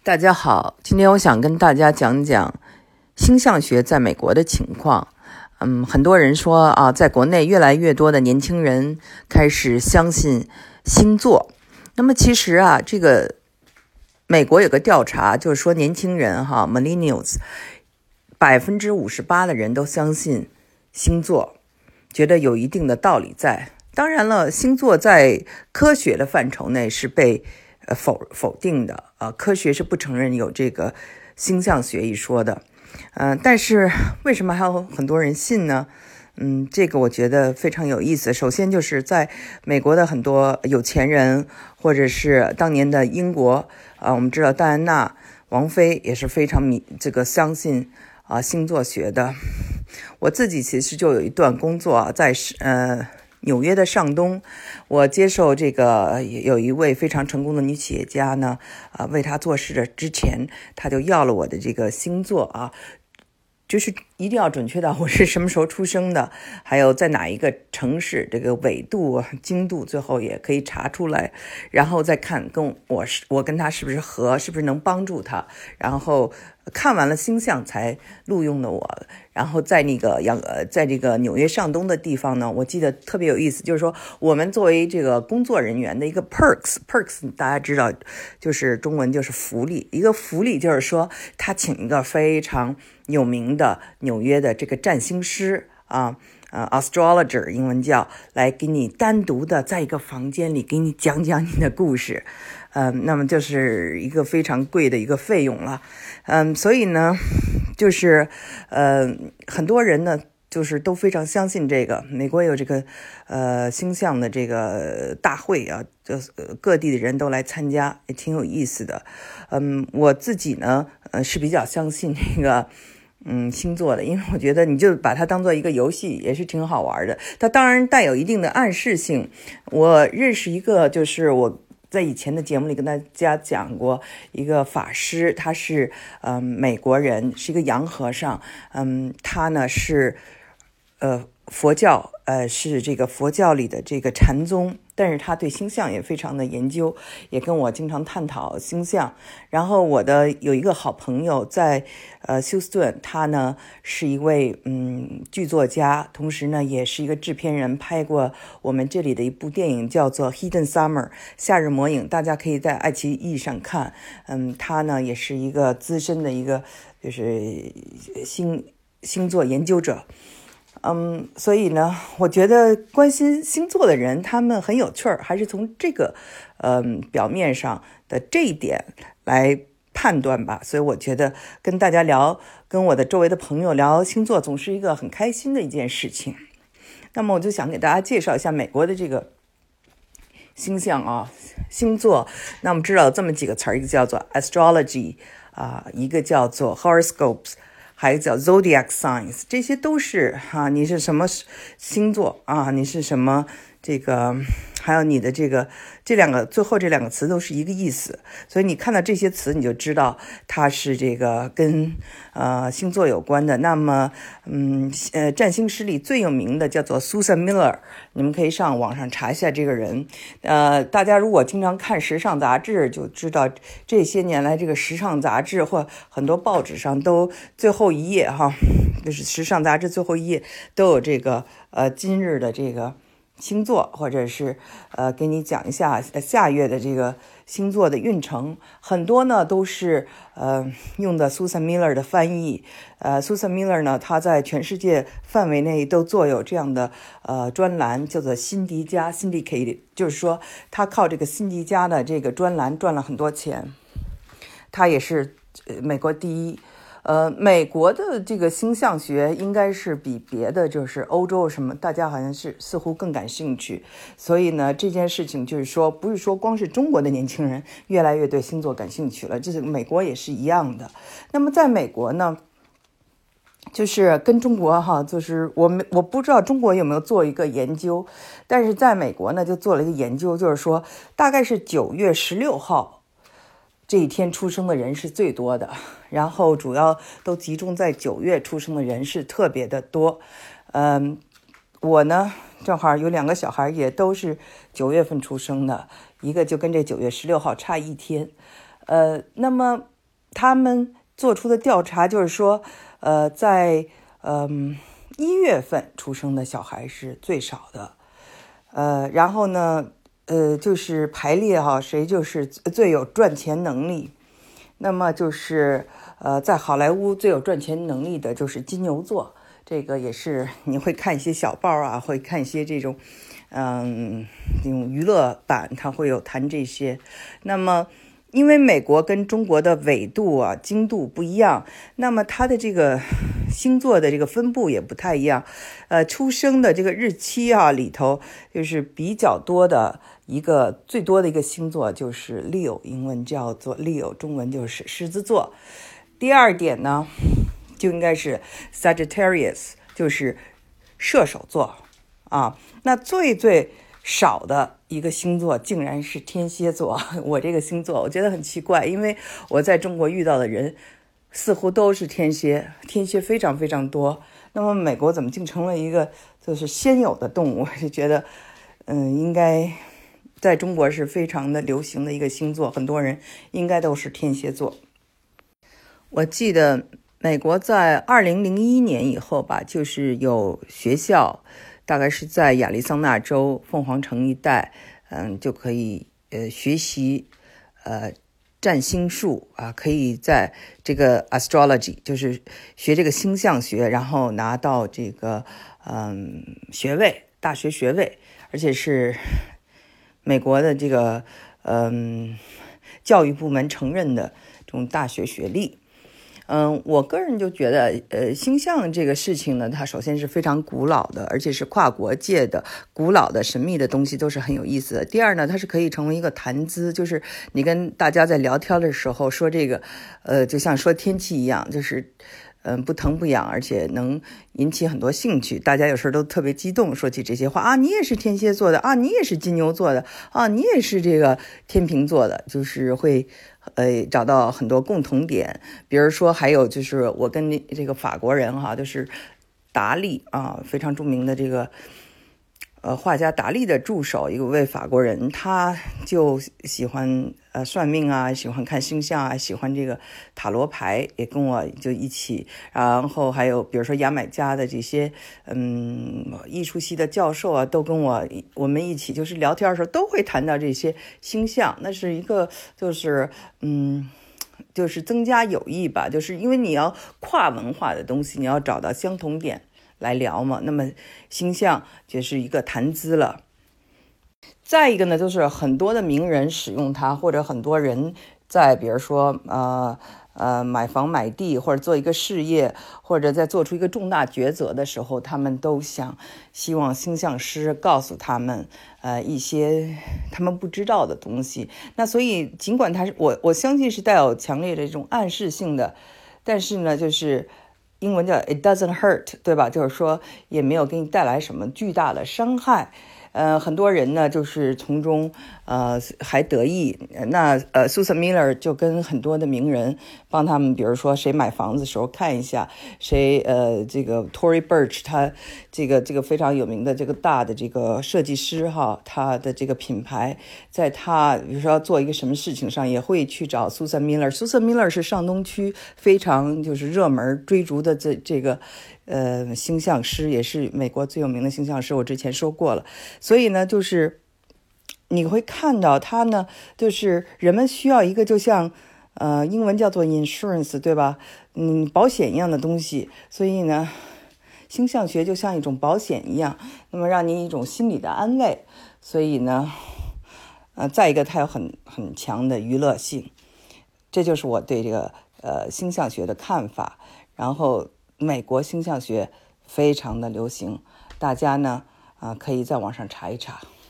大家好，今天我想跟大家讲讲星象学在美国的情况。很多人说啊，在国内越来越多的年轻人开始相信星座。那么其实啊，这个美国有个调查，就是说年轻人millennials 58%的人都相信星座，觉得有一定的道理在。当然了，星座在科学的范畴内是被否定的科学是不承认有这个星象学一说的。但是为什么还有很多人信呢？这个我觉得非常有意思。首先就是在美国的很多有钱人，或者是当年的英国我们知道戴安娜王妃也是非常相信星座学的。我自己其实就有一段工作在纽约的上东，我接受这个有一位非常成功的女企业家呢，为她做事的之前，她就要了我的这个星座就是一定要准确到我是什么时候出生的，还有在哪一个城市，这个纬度经度最后也可以查出来，然后再看我跟他是不是合，是不是能帮助他，然后看完了星象才录用的我。然后在这个纽约上东的地方呢，我记得特别有意思，就是说我们作为这个工作人员的一个 perks 大家知道就是中文就是福利，一个福利就是说他请一个非常有名的纽约的这个占星师astrologer 英文叫，来给你单独的在一个房间里给你讲讲你的故事。那么就是一个非常贵的一个费用了。所以呢就是很多人呢就是都非常相信这个。美国有这个星象的这个大会就是各地的人都来参加，也挺有意思的。我自己呢是比较相信这个星座的，因为我觉得你就把它当做一个游戏也是挺好玩的。它当然带有一定的暗示性。我认识一个，就是我在以前的节目里跟大家讲过一个法师，他是美国人，是一个洋和尚。他呢是佛教是这个佛教里的这个禅宗，但是他对星象也非常的研究，也跟我经常探讨星象。然后我的有一个好朋友在休斯顿，他呢是一位剧作家，同时呢也是一个制片人，拍过我们这里的一部电影叫做 Hidden Summer 夏日魔影，大家可以在爱奇艺上看。他呢也是一个资深的一个就是星座研究者。所以呢我觉得关心星座的人他们很有趣儿，还是从这个表面上的这一点来判断吧。所以我觉得跟大家聊，跟我的周围的朋友聊星座总是一个很开心的一件事情。那么我就想给大家介绍一下美国的这个星象星座。那我们知道有这么几个词儿，一个叫做 astrology 一个叫做 horoscopes，还有叫 zodiac signs， 这些都是你是什么星座你是什么这个，还有你的最后这两个词都是一个意思。所以你看到这些词你就知道它是这个跟星座有关的。那么占星师里最有名的叫做 Susan Miller， 你们可以上网上查一下这个人。大家如果经常看时尚杂志就知道，这些年来这个时尚杂志或很多报纸上都最后一页就是时尚杂志最后一页都有这个今日的这个星座，或者是给你讲一下下月的这个星座的运程。很多呢都是用的 Susan Miller 的翻译。Susan Miller 呢，他在全世界范围内都做有这样的专栏，叫做辛迪加 Syndicated， 就是说他靠这个辛迪加的这个专栏赚了很多钱。他也是美国第一。美国的这个星象学应该是比别的就是欧洲什么大家好像是似乎更感兴趣。所以呢这件事情就是说不是说光是中国的年轻人越来越对星座感兴趣了，这是美国也是一样的。那么在美国呢，就是跟中国就是我不知道中国有没有做一个研究，但是在美国呢就做了一个研究，就是说大概是9月16号这一天出生的人是最多的，然后主要都集中在9月出生的人是特别的多。我呢正好有2个小孩也都是9月份出生的，一个就跟这9月16号差一天。那么他们做出的调查就是说，在1月份出生的小孩是最少的，然后呢，就是排列谁就是最有赚钱能力。那么就是在好莱坞最有赚钱能力的就是金牛座，这个也是你会看一些小报啊，会看一些这种这种娱乐版，它会有谈这些。那么因为美国跟中国的纬度啊、经度不一样，那么它的这个星座的这个分布也不太一样。出生的这个日期啊里头，就是比较多的最多的一个星座就是 Leo， 英文叫做 Leo， 中文就是狮子座。第二点呢，就应该是 Sagittarius， 就是射手座啊。那最少的一个星座竟然是天蝎座。我这个星座我觉得很奇怪，因为我在中国遇到的人似乎都是天蝎非常非常多。那么美国怎么竟成了一个就是先有的动物？就觉得应该在中国是非常的流行的一个星座，很多人应该都是天蝎座。我记得美国在2001年以后吧，就是有学校大概是在亚利桑那州凤凰城一带，就可以学习占星术啊，可以在这个 astrology 就是学这个星象学，然后拿到这个学位，大学学位，而且是美国的这个教育部门承认的这种大学学历。我个人就觉得，星象这个事情呢，它首先是非常古老的，而且是跨国界的古老的神秘的东西，都是很有意思的。第二呢，它是可以成为一个谈资，就是你跟大家在聊天的时候说这个，就像说天气一样，就是不疼不痒，而且能引起很多兴趣。大家有时候都特别激动，说起这些话啊，你也是天蝎座的啊，你也是金牛座的啊，你也是这个天秤座的，就是会找到很多共同点。比如说还有就是我跟这个法国人就是达利啊，非常著名的这个画家达利的助手，一位法国人，他就喜欢算命啊，喜欢看星象啊，喜欢这个塔罗牌，也跟我就一起。然后还有比如说牙买加的这些艺术系的教授啊，都跟我们一起就是聊天的时候都会谈到这些星象。那是一个就是增加友谊吧，就是因为你要跨文化的东西，你要找到相同点来聊嘛，那么星象就是一个谈资了。再一个呢，就是很多的名人使用它，或者很多人在比如说买房买地，或者做一个事业，或者在做出一个重大抉择的时候，他们都希望星象师告诉他们一些他们不知道的东西。那所以尽管它是我相信是带有强烈的这种暗示性的，但是呢，就是英文叫 it doesn't hurt， 对吧？就是说也没有给你带来什么巨大的伤害。很多人呢就是从中还得益。那Susan Miller 就跟很多的名人帮他们，比如说谁买房子的时候看一下，谁这个 Tory Burch 他这个非常有名的这个大的这个设计师他的这个品牌，在他比如说要做一个什么事情上，也会去找 Susan Miller。Susan Miller 是上东区非常就是热门追逐的这个星象师，也是美国最有名的星象师，我之前说过了。所以呢，就是你会看到他呢，就是人们需要一个就像英文叫做 insurance， 对吧？保险一样的东西。所以呢，星象学就像一种保险一样，那么让你一种心理的安慰。所以呢，再一个它有很强的娱乐性。这就是我对这个星象学的看法。然后美国星象学非常的流行，大家呢可以在网上查一查。